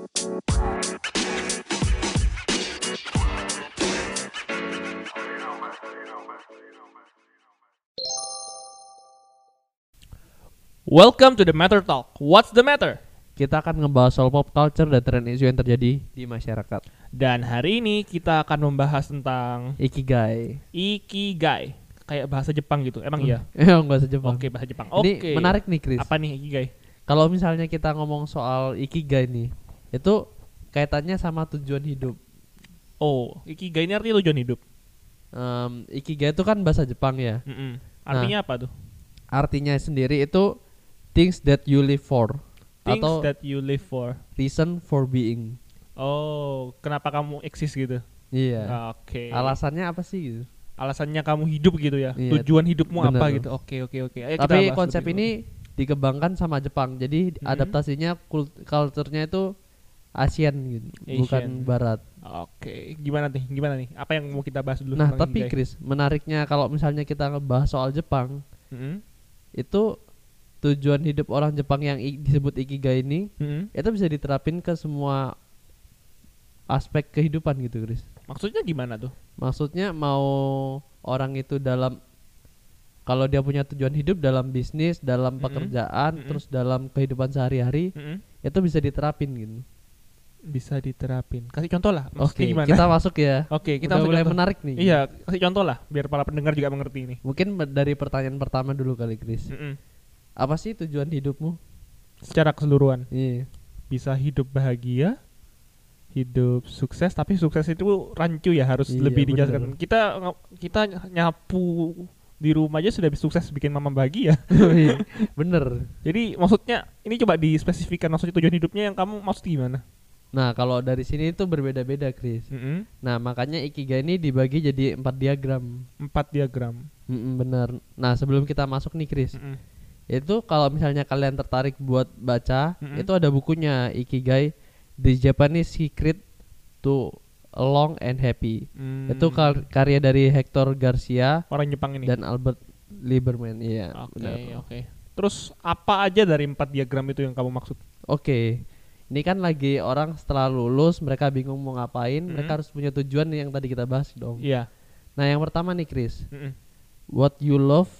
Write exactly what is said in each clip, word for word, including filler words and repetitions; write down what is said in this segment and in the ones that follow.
Welcome to the Matter Talk. What's the matter? Kita akan ngebahas soal pop culture dan tren isu yang terjadi di masyarakat. Dan hari ini kita akan membahas tentang Ikigai. Ikigai. Kayak bahasa Jepang gitu. Emang iya? Eh, bahasa Jepang. Oke, bahasa Jepang. Ini Oke. menarik nih, Chris. Apa nih Ikigai? Kalau misalnya kita ngomong soal Ikigai nih, itu kaitannya sama tujuan hidup. Oh, Ikigai ini artinya tujuan hidup. Um, Ikigai itu kan bahasa Jepang ya. Mm-mm. Artinya apa tuh? Artinya sendiri itu things that you live for. Things Atau that you live for. reason for being. Oh, kenapa kamu eksis gitu? Iya. Oke. Alasannya apa sih gitu? Alasannya kamu hidup gitu ya? Iya, Tujuan hidupmu bener apa tuh. gitu? Oke, oke, oke. Ayo kita Tapi bahas konsep lebih ini dikembangkan sama Jepang. Jadi Mhm. adaptasinya kult- culture-nya itu Asian gitu, bukan Asian. Barat. dulu. Oke, gimana nih? Gimana nih? Apa yang mau kita bahas dulu? Nah, tentang tapi Ikigai? Chris, menariknya kalau misalnya kita ngebahas soal Jepang, Mm-mm. itu tujuan hidup orang Jepang yang i- disebut Ikigai ini, Mm-mm. itu bisa diterapin ke semua aspek kehidupan gitu, Chris. Maksudnya gimana tuh? Maksudnya mau orang itu dalam, kalau dia punya tujuan hidup dalam bisnis, dalam Mm-mm. pekerjaan, Mm-mm. terus dalam kehidupan sehari-hari, Mm-mm. itu bisa diterapin gitu. Bisa diterapin. Kasih contoh lah. Maksudnya Oke, gimana? kita masuk ya. Oke, kita Udah masuk mulai contoh. menarik nih. Iya, kasih contoh lah biar para pendengar juga mengerti ini. Mungkin be- dari pertanyaan pertama dulu kali, Chris. Mm-mm. Apa sih tujuan hidupmu? Secara keseluruhan Iya. bisa hidup bahagia, hidup sukses, tapi sukses itu rancu ya, harus Iya, lebih bener. dijelaskan. Kita nge- kita nyapu di rumah aja sudah sukses bikin mama bahagia. Bener. Jadi maksudnya ini coba dispesifikkan maksudnya tujuan hidupnya yang kamu maksud gimana? Nah, kalau dari sini itu berbeda-beda, Chris. Mm-mm. Nah, makanya Ikigai ini dibagi jadi empat diagram. Empat diagram. Mm-mm, bener. Nah, sebelum kita masuk nih, Chris, Mm-mm. itu kalau misalnya kalian tertarik buat baca, Mm-mm. itu ada bukunya Ikigai, The Japanese Secret to a Long and Happy. Mm. Itu kar- karya dari Hector Garcia orang Jepang ini. dan Albert Lieberman. Iya. Oke, benar. oke. Terus apa aja dari empat diagram itu yang kamu maksud? Oke. Ini kan lagi orang setelah lulus mereka bingung mau ngapain, Mm-mm. mereka harus punya tujuan yang tadi kita bahas dong. Iya. Nah, yang pertama nih, Chris, Mm-mm. what you love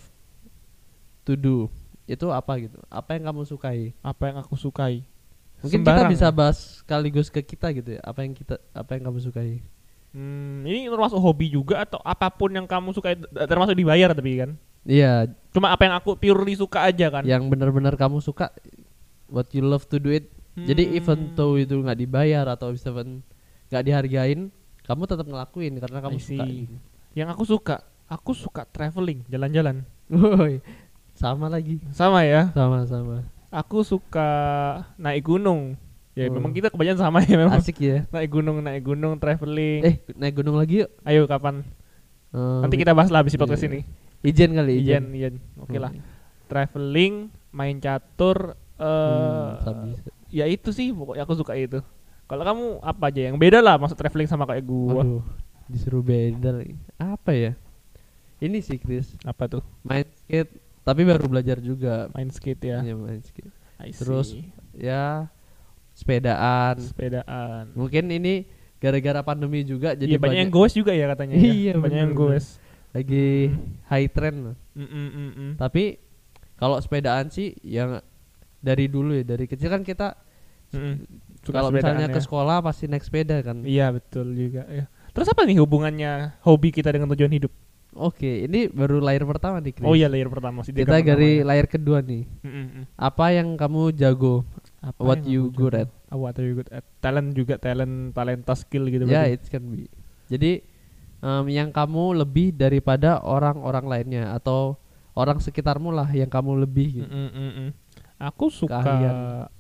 to do. Itu apa gitu? Apa yang kamu sukai? Apa yang aku sukai? Mungkin Sembarang. kita bisa bahas sekaligus ke kita gitu ya. Apa yang kita apa yang kamu sukai? Hmm, ini termasuk hobi juga atau apapun yang kamu sukai, t- termasuk dibayar tapi kan? Iya, Cuma apa yang aku purely suka aja kan? yang benar-benar kamu suka, what you love to do it. Jadi Hmm. even though itu nggak dibayar atau even nggak dihargain, kamu tetap ngelakuin karena kamu I suka. see. Yang aku suka, aku suka traveling, jalan-jalan. Woi, sama lagi. Sama ya. Sama-sama. Aku suka naik gunung. Ya Oh. memang kita kebanyakan sama ya memang. Asik ya. Naik gunung, naik gunung, traveling. Eh, naik gunung lagi yuk. Ayo kapan? Eh, Nanti kita bahas lah habis podcast iya. ini. Ijen kali, Ijen, ijen. ijen. Oke lah. Hmm. Traveling, main catur, eh Hmm, sabi. ya itu sih pokoknya aku suka itu. Kalau kamu apa aja yang beda lah masuk traveling sama kayak gua? Aduh, disuruh beda lagi. Apa ya? Ini sih, Chris. Apa tuh? Main skate, tapi baru belajar juga. Main skate ya. Iya, main skate. I Terus, see. Ya, sepedaan. Sepedaan. Mungkin ini gara-gara pandemi juga jadi Iya banyak, yang goes juga ya katanya. ya. Iya, banyak yang bener-bener. goes. lagi high trend loh. Mm, mm, mm, mm. Tapi kalau sepedaan sih yang dari dulu ya, dari kecil kan kita Mm, mm. Suka kalau sepedaan misalnya ya. ke sekolah pasti naik sepeda kan. Iya betul juga ya. Terus apa nih hubungannya hobi kita dengan tujuan hidup? Oke, ini baru layar pertama nih, Chris. Oh iya layer pertama sih. Kita dari layar kedua nih. Mm, mm, mm. Apa yang kamu jago? Apa What yang you aku good jago? at? Oh, what are you good at? Talent juga, talent, talenta skill gitu. Ya, berarti. it can be. Jadi em, yang kamu lebih daripada orang-orang lainnya atau orang sekitarmu lah yang kamu lebih gitu. Mm, mm, mm, mm. Aku suka. Keahlian.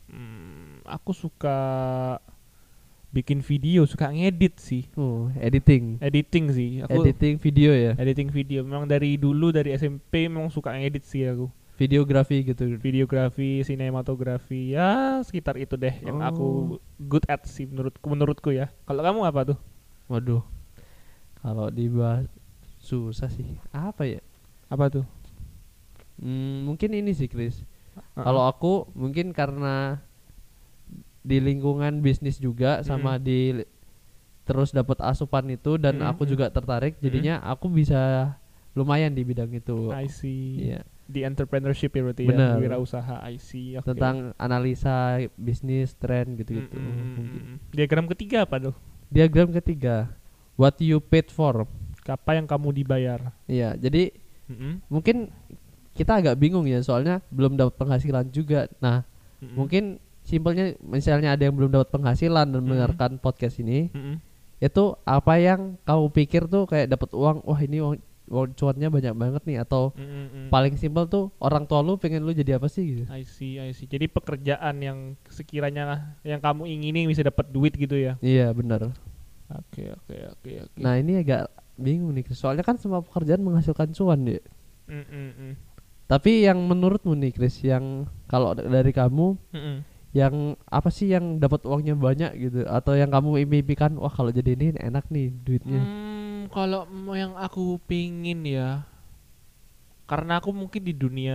mm, aku suka bikin video, suka ngedit sih. Oh, editing. Editing sih. Aku Editing video ya. editing video. Memang dari dulu dari S M P memang suka ngedit sih aku. Videografi gitu. Videografi, sinematografi, ya sekitar itu deh yang Oh. aku good at sih menurutku menurutku ya. Kalau kamu apa tuh? Waduh. Kalau dibahas susah sih. Apa ya? Apa tuh? Hmm, mungkin ini sih, Chris. Uh-uh. Kalau aku mungkin karena di lingkungan bisnis juga sama Mm-mm. di terus dapat asupan itu dan Mm-mm, aku mm. juga tertarik jadinya aku bisa lumayan di bidang itu. I see. Iya, Di entrepreneurship ya berarti ya, benar. wirausaha. I see. Oke. Tentang analisa bisnis, tren gitu-gitu Mm, mm, mm, mungkin. mm, mm. Diagram ketiga apa tuh? Diagram ketiga, what you paid for. Apa yang kamu dibayar? Iya, jadi Mm-mm, mungkin kita agak bingung ya soalnya belum dapat penghasilan juga. Nah, mm-mm, mungkin simpelnya misalnya ada yang belum dapat penghasilan dan Mm-mm. mendengarkan podcast ini, mm-mm. itu apa yang kamu pikir tuh kayak dapat uang, wah ini uang, uang cuannya banyak banget nih, atau Mm, mm, mm. paling simpel tuh orang tua lu pengen lu jadi apa sih gitu. I see, I see. Jadi pekerjaan yang sekiranya yang kamu ingini bisa dapat duit gitu ya. Iya benar. Oke, oke, oke, oke. Nah ini agak bingung nih Chris. Soalnya kan semua pekerjaan menghasilkan cuan ya. Mm, mm, mm. Tapi yang menurutmu nih Chris, yang kalau d- dari kamu, Mm-mm. yang apa sih yang dapat uangnya banyak gitu, atau yang kamu impikan, wah kalau jadi ini enak nih duitnya. Hmm, kalau m- yang aku pingin ya, karena aku mungkin di dunia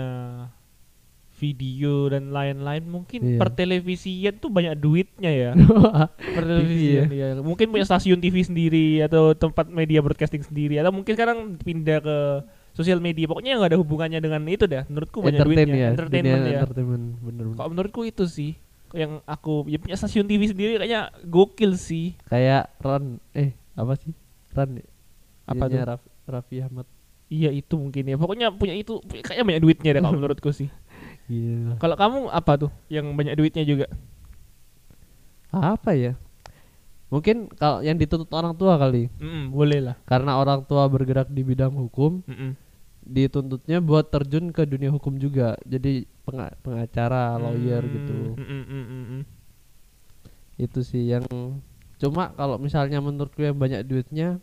video dan lain-lain, mungkin Iya. pertelevisian tuh banyak duitnya ya. T V Pertelevisian ya. Mungkin punya stasiun T V sendiri atau tempat media broadcasting sendiri, atau mungkin sekarang pindah ke sosial media. Pokoknya nggak ada hubungannya dengan itu dah. Menurutku banyak Entertain duitnya. ya, Entertainment dunia ya. entertainment bener-bener. Kalau menurutku itu sih yang aku ya punya stasiun T V sendiri kayaknya gokil sih. Kayak Ran, eh apa sih? Ran, ya? Apa Ininya tuh? Raf- Raffi Ahmad. Iya itu mungkin ya. Pokoknya punya itu kayaknya banyak duitnya deh kalau menurutku sih. Iya. Kalau kamu apa tuh yang banyak duitnya juga? Apa ya? Mungkin kalau yang dituntut orang tua kali. Mm, boleh lah. Karena orang tua bergerak di bidang hukum, Mm-mm. dituntutnya buat terjun ke dunia hukum juga. Jadi penga- pengacara, lawyer Hmm, gitu. mm, mm, mm, mm, mm. Itu sih yang cuma kalau misalnya menurutku yang banyak duitnya,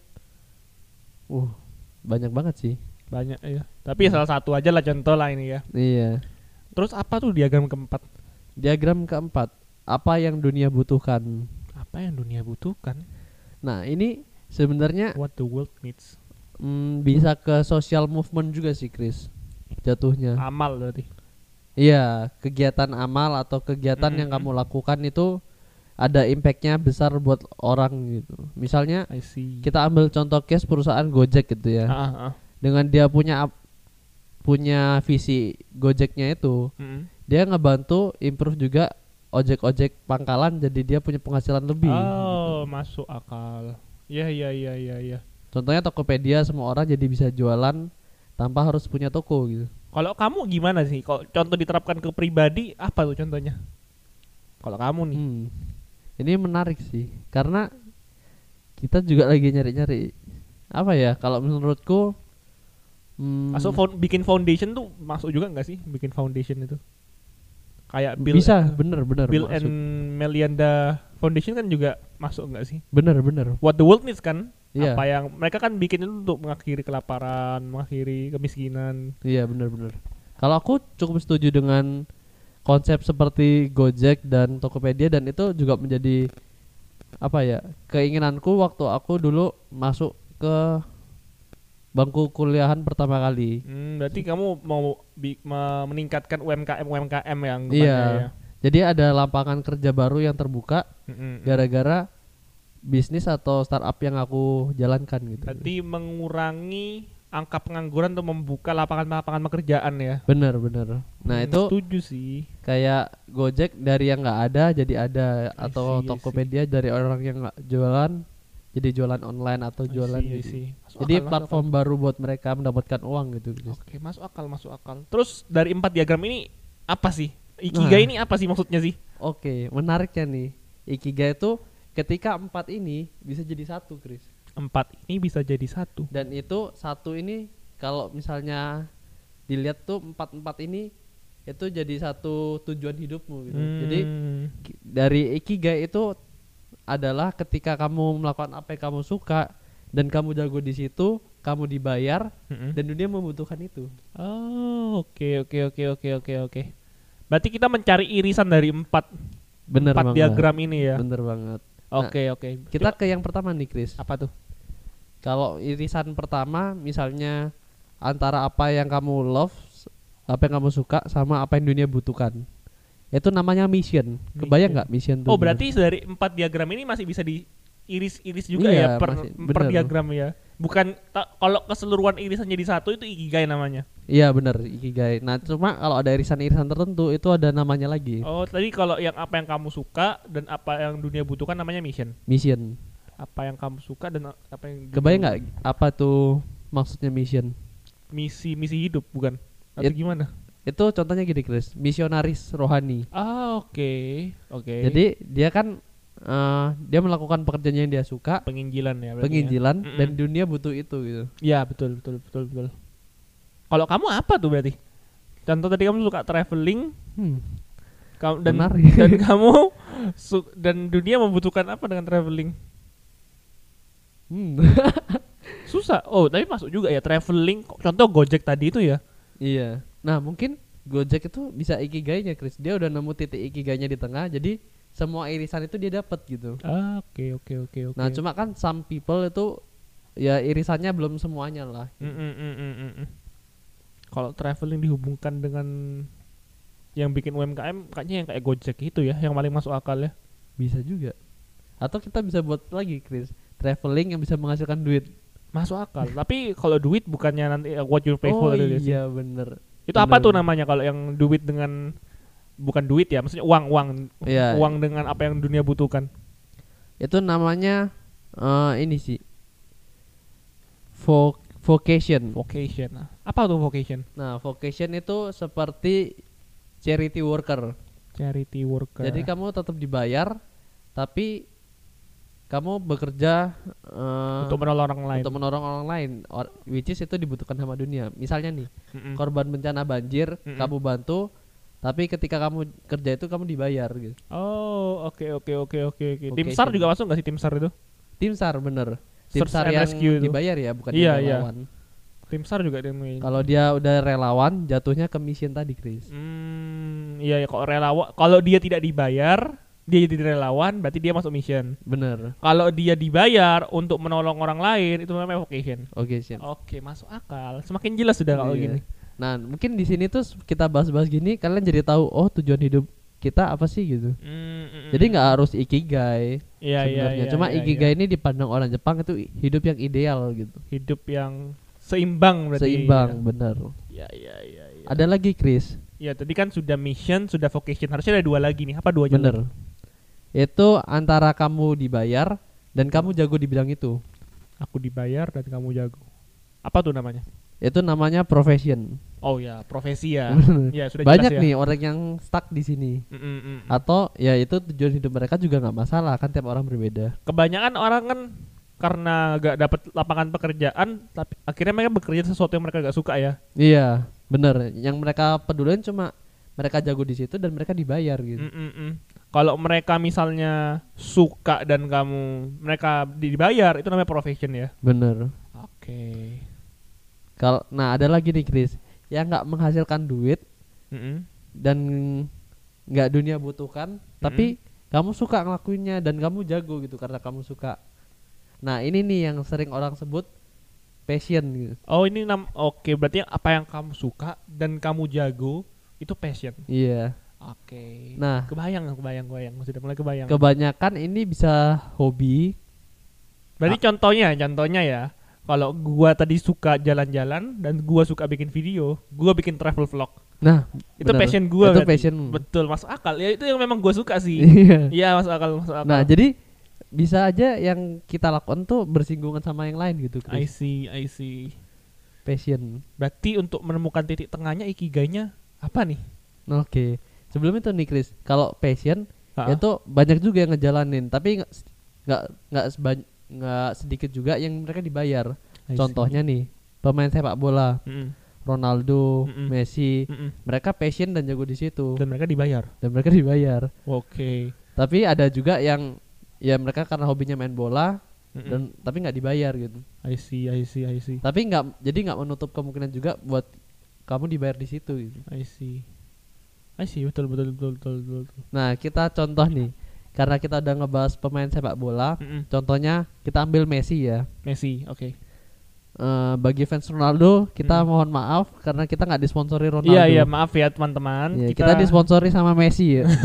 uh banyak banget sih. Banyak ya. Tapi ya salah satu aja lah contoh lah ini ya. Iya. Terus apa tuh diagram keempat? Diagram keempat, apa yang dunia butuhkan. Apa yang dunia butuhkan? Nah ini sebenarnya What the world needs. mm, bisa ke social movement juga sih Chris, jatuhnya. Amal berarti. Iya, kegiatan amal atau kegiatan Mm, yang mm, kamu lakukan itu ada impactnya besar buat orang gitu. Misalnya I see. kita ambil contoh case perusahaan Gojek gitu ya. Ah, ah, ah. Dengan dia punya ap- punya visi Gojeknya itu, Mm-mm. dia ngebantu improve juga ojek-ojek pangkalan, jadi dia punya penghasilan lebih. Oh, masuk akal. Ya, ya, ya, ya, ya. Contohnya Tokopedia, semua orang jadi bisa jualan tanpa harus punya toko gitu. Kalau kamu gimana sih? Kalau contoh diterapkan ke pribadi, apa tuh contohnya? Kalau kamu nih, Hmm. Ini menarik sih, karena kita juga lagi nyari-nyari apa ya? Kalau menurutku, hmm, masuk found- bikin foundation tuh masuk juga nggak sih? Bikin foundation itu? Kayak Bill, bisa, bener bener Bill masuk. and Melinda Foundation kan juga masuk nggak sih? Bener bener. What the world needs kan? Iya, Apa yang mereka kan bikin itu untuk mengakhiri kelaparan, mengakhiri kemiskinan. iya bener bener. Kalau aku cukup setuju dengan konsep seperti Gojek dan Tokopedia, dan itu juga menjadi apa ya, keinginanku waktu aku dulu masuk ke bangku kuliahan pertama kali. Hmm, berarti kamu mau bi- me- meningkatkan U M K M U M K M yang Iya. ya. Jadi ada lapangan kerja baru yang terbuka Mm-mm. gara-gara bisnis atau startup yang aku jalankan gitu. Berarti mengurangi angka pengangguran untuk membuka lapangan-lapangan pekerjaan ya. Bener bener. Nah Hmm, itu setuju sih. kayak Gojek dari yang nggak ada jadi ada, I atau see, I Tokopedia dari orang yang nggak jualan jadi jualan online atau I jualan see, I gitu. see. Masuk Jadi akal, platform masuk baru buat mereka mendapatkan uang gitu. akal. Oke, masuk akal, masuk akal. Terus dari empat diagram ini apa sih? Ikigai Nah. ini apa sih maksudnya sih? Oke, menariknya nih, Ikigai itu ketika empat ini bisa jadi satu, Chris. Empat ini bisa jadi satu. Dan itu satu ini kalau misalnya dilihat tuh empat empat ini itu jadi satu tujuan hidupmu gitu. Jadi Hmm. ki- dari Ikigai itu adalah ketika kamu melakukan apa yang kamu suka dan kamu jago di situ, kamu dibayar Mm-mm. dan dunia membutuhkan itu. Oh, oke, oke, oke, oke, oke, oke. Berarti kita mencari irisan dari empat Bener empat banget. diagram ini ya. Bener banget. Oke, oke. Kita Coba- ke yang pertama nih, Chris. apa tuh? Kalau irisan pertama misalnya antara apa yang kamu love, apa yang kamu suka sama apa yang dunia butuhkan. Itu namanya mission. Kebayang nggak mission tuh? Oh, berarti dari empat diagram ini masih bisa diiris-iris juga Iya, ya per, masih- per bener. diagram ya. Bukan ta- kalau keseluruhan irisan jadi satu itu ikigai namanya. Iya benar ikigai. Nah cuma kalau ada irisan-irisan tertentu itu ada namanya lagi. Oh, tadi kalau yang apa yang kamu suka dan apa yang dunia butuhkan namanya mission. Mission. Apa yang kamu suka dan apa yang dunia Kebayang nggak apa tuh maksudnya mission? misi misi hidup bukan? Atau It- gimana? Itu contohnya gini Chris, misionaris rohani. Ah, oke. Oke. Jadi dia kan eh, dia melakukan pekerjaan yang dia suka, penginjilan ya berarti. penginjilan Ya? dan Mm-mm. dunia butuh itu gitu. Ya, betul betul betul betul. Kalau kamu apa tuh berarti? Contoh tadi kamu suka traveling, Hmm. kamu dan Menarik. dan kamu su- dan dunia membutuhkan apa dengan traveling? Hmm. Susah. Oh, tapi masuk juga ya traveling. Contoh Gojek tadi itu ya. Iya. Nah mungkin Gojek itu bisa ikigainya Chris. Dia udah nemu titik ikigainya di tengah. Jadi semua irisan itu dia dapat gitu. Ah, oke oke oke oke. Nah cuma kan some people itu ya irisannya belum semuanya lah. Mm, mm, mm, mm, mm, mm. Kalau traveling dihubungkan dengan yang bikin U M K M kayaknya yang kayak Gojek itu ya, yang paling masuk akal ya. Bisa juga. Atau kita bisa buat lagi Chris, traveling yang bisa menghasilkan duit. Masuk akal. Tapi kalau duit bukannya nanti uh, what you pay Oh for itu sih. iya bener. Itu apa bener. tuh namanya kalau yang duit dengan bukan duit ya, maksudnya uang uang Iya. uang dengan apa yang dunia butuhkan. Itu namanya eh, ini sih vo- vocation. Vocation. Nah, apa tuh vocation? Nah vocation itu seperti charity worker. Charity worker. Jadi kamu tetap dibayar, tapi kamu bekerja eh, untuk menolong orang lain. untuk menolong orang lain, or, which is itu dibutuhkan sama dunia. Misalnya nih, Mm-mm. korban bencana banjir, Mm-mm. kamu bantu, tapi ketika kamu kerja itu kamu dibayar gitu. Oh, oke oke oke oke oke. Tim Vocation. SAR juga masuk nggak sih tim SAR itu? Tim SAR bener. Tim Search SAR and yang rescue itu. dibayar ya, bukan Iya, yang iya. relawan. Tim SAR juga dia main. Kalau dia udah relawan, jatuhnya ke mission tadi, Chris. Hmm, iya ya kalau relawan, kalau dia tidak dibayar, dia jadi relawan, berarti dia masuk mission. Bener. Kalau dia dibayar untuk menolong orang lain, itu namanya vocation. Oke, siap. Oke, masuk akal. Semakin jelas sudah kalau Iya. gini. Nah, mungkin di sini tuh kita bahas-bahas gini, kalian jadi tahu oh tujuan hidup kita apa sih gitu. Mm, mm, Jadi mm. nggak harus ikigai Iya, iya, sebenarnya. iya, Cuma iya, ikigai iya. ini dipandang orang Jepang itu hidup yang ideal gitu. Hidup yang seimbang berarti. Seimbang, bener. Iya, iya, iya, iya. Ada lagi, Chris. Ya, tadi kan sudah mission, sudah vocation. Harusnya ada dua lagi nih. Apa dua aja? Bener. Itu antara kamu dibayar dan kamu jago di bidang itu. Aku dibayar dan kamu jago. Apa tuh namanya? Itu namanya profession. Oh ya, profesi ya. Ya, sudah Banyak jelas ya. nih orang yang stuck di sini. Mm, mm, mm. Atau ya itu tujuan hidup mereka juga nggak masalah, kan tiap orang berbeda. Kebanyakan orang kan karena gak dapat lapangan pekerjaan, tapi akhirnya mereka bekerja sesuatu yang mereka gak suka ya. Iya, bener. Yang mereka pedulin cuma mereka jago di situ dan mereka dibayar gitu. Mm, mm, mm. Kalau mereka misalnya suka dan kamu mereka dibayar, itu namanya profession ya. Bener. Oke. Kalau nah ada lagi nih Chris, yang nggak menghasilkan duit Mm-mm. dan nggak dunia butuhkan, tapi kamu suka ngelakuinnya dan kamu jago gitu karena kamu suka. Nah ini nih yang sering orang sebut passion gitu. Oh ini nam, oke berarti yang apa yang kamu suka dan kamu jago itu passion. Iya. Oke. Nah Kebayang, kebayang, kebayang. Sudah mulai kebayang. kebanyakan ini bisa hobi. Berarti contohnya, contohnya ya. Kalau gua tadi suka jalan-jalan dan gua suka bikin video, gua bikin travel vlog. Nah Itu bener. passion gua. Itu berarti. passion. Betul, masuk akal. Ya itu yang memang gua suka sih. Iya. Iya, masuk akal, masuk akal. Nah jadi bisa aja yang kita lakukan tuh bersinggungan sama yang lain gitu I Chris. see, I see. Passion. Berarti untuk menemukan titik tengahnya ikigainya apa nih? Oke. Sebelum itu nih Chris, kalau passion Ha-ha. itu banyak juga yang ngejalanin, tapi nggak nggak nggak seban- nggak sedikit juga yang mereka dibayar. I see. Contohnya nih pemain sepak bola, Mm-mm. Ronaldo, Mm-mm. Messi, Mm-mm. mereka passion dan jago di situ Dan mereka dibayar. dan mereka dibayar. Oke. Tapi ada juga yang ya mereka karena hobinya main bola Mm-mm. dan tapi nggak dibayar gitu. I see, I see, I see. Tapi nggak jadi nggak menutup kemungkinan juga buat kamu dibayar di situ gitu. I see. I see, betul, betul, betul, betul, betul. betul. Nah kita contoh nih, karena kita udah ngebahas pemain sepak bola, Mm-mm. contohnya kita ambil Messi ya. Messi, oke. uh, bagi fans Ronaldo kita Hmm. mohon maaf karena kita nggak disponsori Ronaldo. Iya iya maaf ya teman-teman. Iya, kita... kita disponsori sama Messi ya.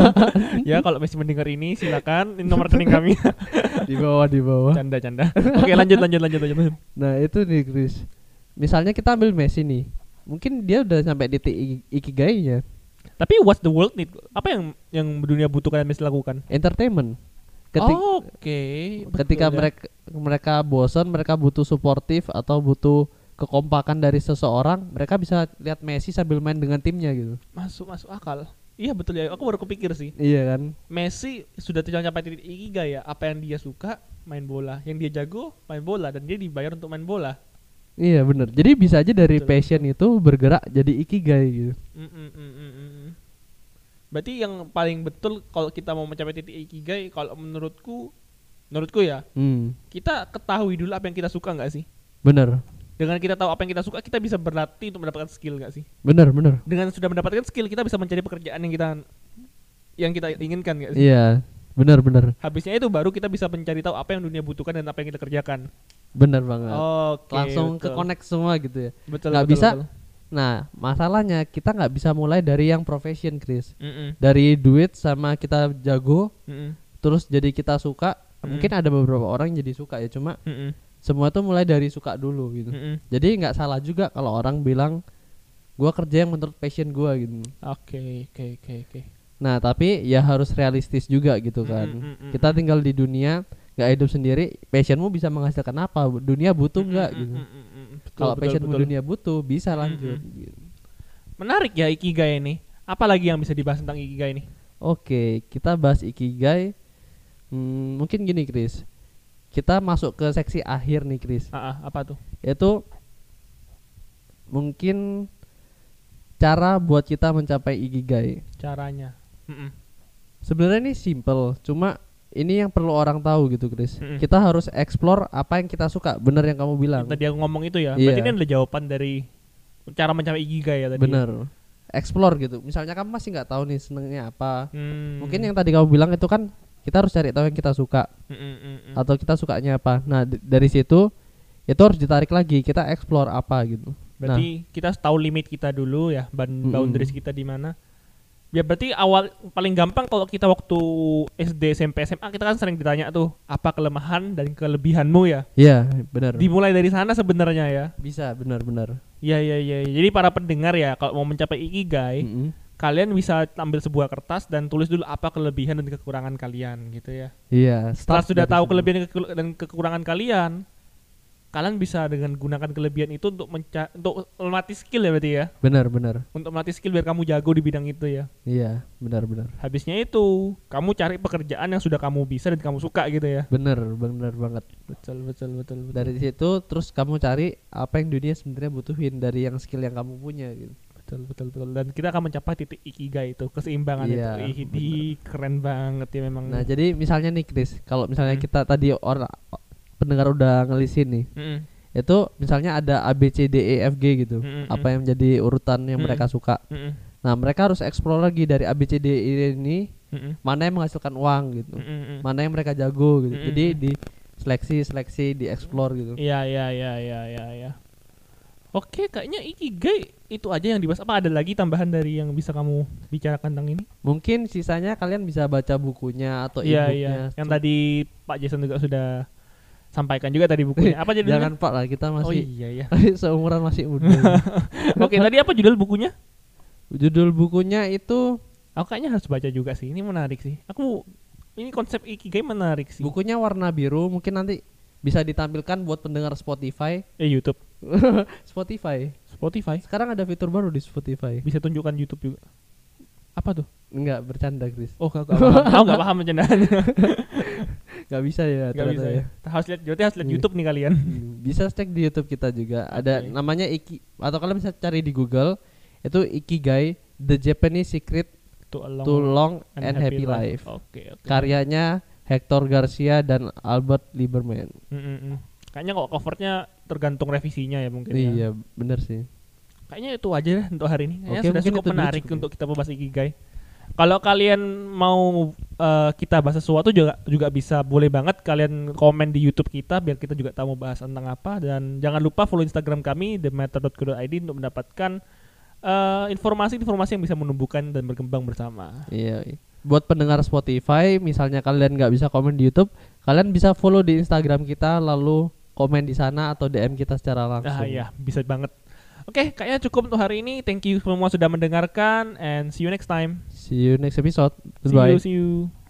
Ya kalau Messi mendengar ini silakan ini nomor rekening kami. Di bawah di bawah. Canda canda. Oke lanjut lanjut lanjut lanjut. Nah itu nih Chris. Misalnya kita ambil Messi nih, mungkin dia udah sampai di titik ikigainya. Tapi what's the world need? Apa yang yang dunia butuhkan dan Messi lakukan? Entertainment. Ketik, Oke. ketika betul ya. mereka mereka bosan, mereka butuh suportif atau butuh kekompakan dari seseorang, mereka bisa lihat Messi sambil main dengan timnya gitu. masuk masuk akal. Iya betul ya. Aku baru kepikir sih. Iya kan? Messi sudah tidak sampai titik ikigai ya. Apa yang dia suka main bola, yang dia jago main bola dan dia dibayar untuk main bola. Iya benar. Jadi bisa aja dari Betul. passion itu bergerak jadi ikigai gitu. Mm, mm, mm, mm, mm. Berarti yang paling betul kalau kita mau mencapai titik ikigai, kalau menurutku, menurutku ya, Hmm, kita ketahui dulu apa yang kita suka nggak sih? benar. Dengan kita tahu apa yang kita suka, kita bisa berlatih untuk mendapatkan skill nggak sih? Benar, benar. Dengan sudah mendapatkan skill, kita bisa mencari pekerjaan yang kita yang kita inginkan nggak sih? Iya, benar, benar. Habisnya itu baru kita bisa mencari tahu apa yang dunia butuhkan dan apa yang kita kerjakan. Benar banget. Oke. Langsung ke betul. connect semua gitu ya. Betul. Nggak betul, bisa. betul. Nah, masalahnya kita nggak bisa mulai dari yang profession, Chris. Mm-mm, Dari duit sama kita jago, mm-mm, terus jadi kita suka. Mm. Mungkin ada beberapa orang yang jadi suka ya, cuma mm-mm, semua tuh mulai dari suka dulu gitu. mm-mm. Jadi nggak salah juga kalau orang bilang gua kerja yang menurut passion gua gitu. Oke, oke, oke, oke. Nah, tapi ya harus realistis juga gitu kan. Mm, mm, mm, Kita mm. tinggal di dunia, nggak hidup sendiri. Passionmu bisa menghasilkan apa? Dunia butuh nggak Mm, mm, gitu. mm, mm, mm. Betul, Kalau betul, passionmu betul. dunia butuh, bisa Mm, lanjut. mm. Gitu. Menarik ya ikigai ini. Apa lagi yang bisa dibahas tentang ikigai ini? Oke, kita bahas ikigai. Hmm, mungkin gini, Chris. Kita masuk ke seksi akhir nih, Chris. Ah, ah, apa tuh? Yaitu mungkin cara buat kita mencapai ikigai. Caranya. Mm-mm. Sebenarnya ini simple, cuma ini yang perlu orang tahu gitu, Chris. Mm-mm. Kita harus explore apa yang kita suka. Bener yang kamu bilang. Tadi aku ngomong itu ya. Iya. Berarti ini adalah jawaban dari cara mencapai ikigai ya tadi. Bener. Explore gitu. Misalnya kamu masih nggak tahu nih senengnya apa. Hmm. Mungkin yang tadi kamu bilang itu kan kita harus cari tahu yang kita suka Mm, mm, mm, mm. atau kita sukanya apa. Nah, d- dari situ itu harus ditarik lagi. Kita explore apa gitu. Berarti kita tahu limit kita dulu ya, ban- Mm-mm. boundaries kita di mana. Ya berarti awal paling gampang kalau kita waktu S D, S M P, S M A kita kan sering ditanya tuh apa kelemahan dan kelebihanmu ya. Iya, benar. Dimulai dari sana sebenarnya ya. Bisa, benar-benar. Iya iya iya. Jadi para pendengar ya kalau mau mencapai ikigai, Mm-mm. kalian bisa ambil sebuah kertas dan tulis dulu apa kelebihan dan kekurangan kalian gitu ya. Iya. Setelah start sudah dari tahu situ. kelebihan dan keku- dan kekurangan kalian, kalian bisa dengan gunakan kelebihan itu untuk menca- untuk melatih skill ya berarti ya. Benar-benar. Untuk melatih skill biar kamu jago di bidang itu ya. Iya, benar-benar. Habisnya itu kamu cari pekerjaan yang sudah kamu bisa dan kamu suka gitu ya. Benar, benar banget. Betul betul betul betul. Dari situ terus kamu cari apa yang dunia sebenarnya butuhin dari yang skill yang kamu punya gitu. betul betul betul dan kita akan mencapai titik ikigai itu, keseimbangan Iya, itu. Ih, di keren banget ya memang. Nah, jadi misalnya nih Chris, kalau misalnya Hmm. kita tadi orang pendengar udah ngelisin nih, Mm-mm, itu misalnya ada A B C D E F G gitu. Mm-mm, Apa yang menjadi urutan yang Mm-mm. mereka suka. mm-mm, Nah, mereka harus explore lagi dari A B C D E ini mm-mm, mana yang menghasilkan uang gitu. mm-mm. Mana yang mereka jago gitu. Mm-mm. Jadi di seleksi, seleksi, di explore gitu. Iya iya iya iya iya iya. Oke, kayaknya ikigai itu aja yang dibahas. Apa ada lagi tambahan dari yang bisa kamu bicarakan tentang ini? Mungkin sisanya kalian bisa baca bukunya atau Iya e-booknya. iya. Yang tadi Pak Jason juga sudah sampaikan juga tadi bukunya. Apa judulnya? Jangan Pak lah, kita Oh masih iya iya. seumuran masih muda. Oke, tadi apa judul bukunya? Judul bukunya itu Aku kayaknya harus baca juga sih. Ini menarik sih. Aku ini konsep ikigai menarik sih. bukunya warna biru, mungkin nanti bisa ditampilkan buat pendengar Spotify. Eh YouTube, Spotify. Spotify. Sekarang ada fitur baru di Spotify. Bisa tunjukkan YouTube juga. Apa tuh? Enggak bercanda, Chris. Oh, gak, gak paham. Aku gak paham bercandaannya. Enggak bisa ya Gak ternyata bisa ya. ya. Harus lihat, berarti harus lihat Iya. YouTube nih kalian. Hmm, Bisa cek di YouTube kita juga. Ada Oke. namanya Iki atau kalian bisa cari di Google. Itu Ikigai, The Japanese Secret To a long, to Long and, Happy, Life. Oke, oke. Karyanya Hector Garcia dan Albert Lieberman. Mm-mm-mm. Kayaknya kok covernya tergantung revisinya ya mungkin ya. Iya, bener sih. Kayaknya itu aja deh untuk hari ini. Kayaknya Oke, sudah mungkin cukup itu dulu menarik cukup ya. untuk kita membahas ikigai. Kalau kalian mau uh, kita bahas sesuatu juga juga bisa, boleh banget kalian komen di YouTube kita biar kita juga tahu mau bahas tentang apa. Dan jangan lupa follow Instagram kami the matter dot co dot i d untuk mendapatkan uh, informasi-informasi yang bisa menumbuhkan dan berkembang bersama. Iya. Buat pendengar Spotify, misalnya kalian nggak bisa komen di YouTube, kalian bisa follow di Instagram kita lalu komen di sana atau D M kita secara langsung. Ah iya, bisa banget. Oke, kayaknya cukup untuk hari ini. Thank you semua sudah mendengarkan and see you next time. See you next episode. See Goodbye. you, see you.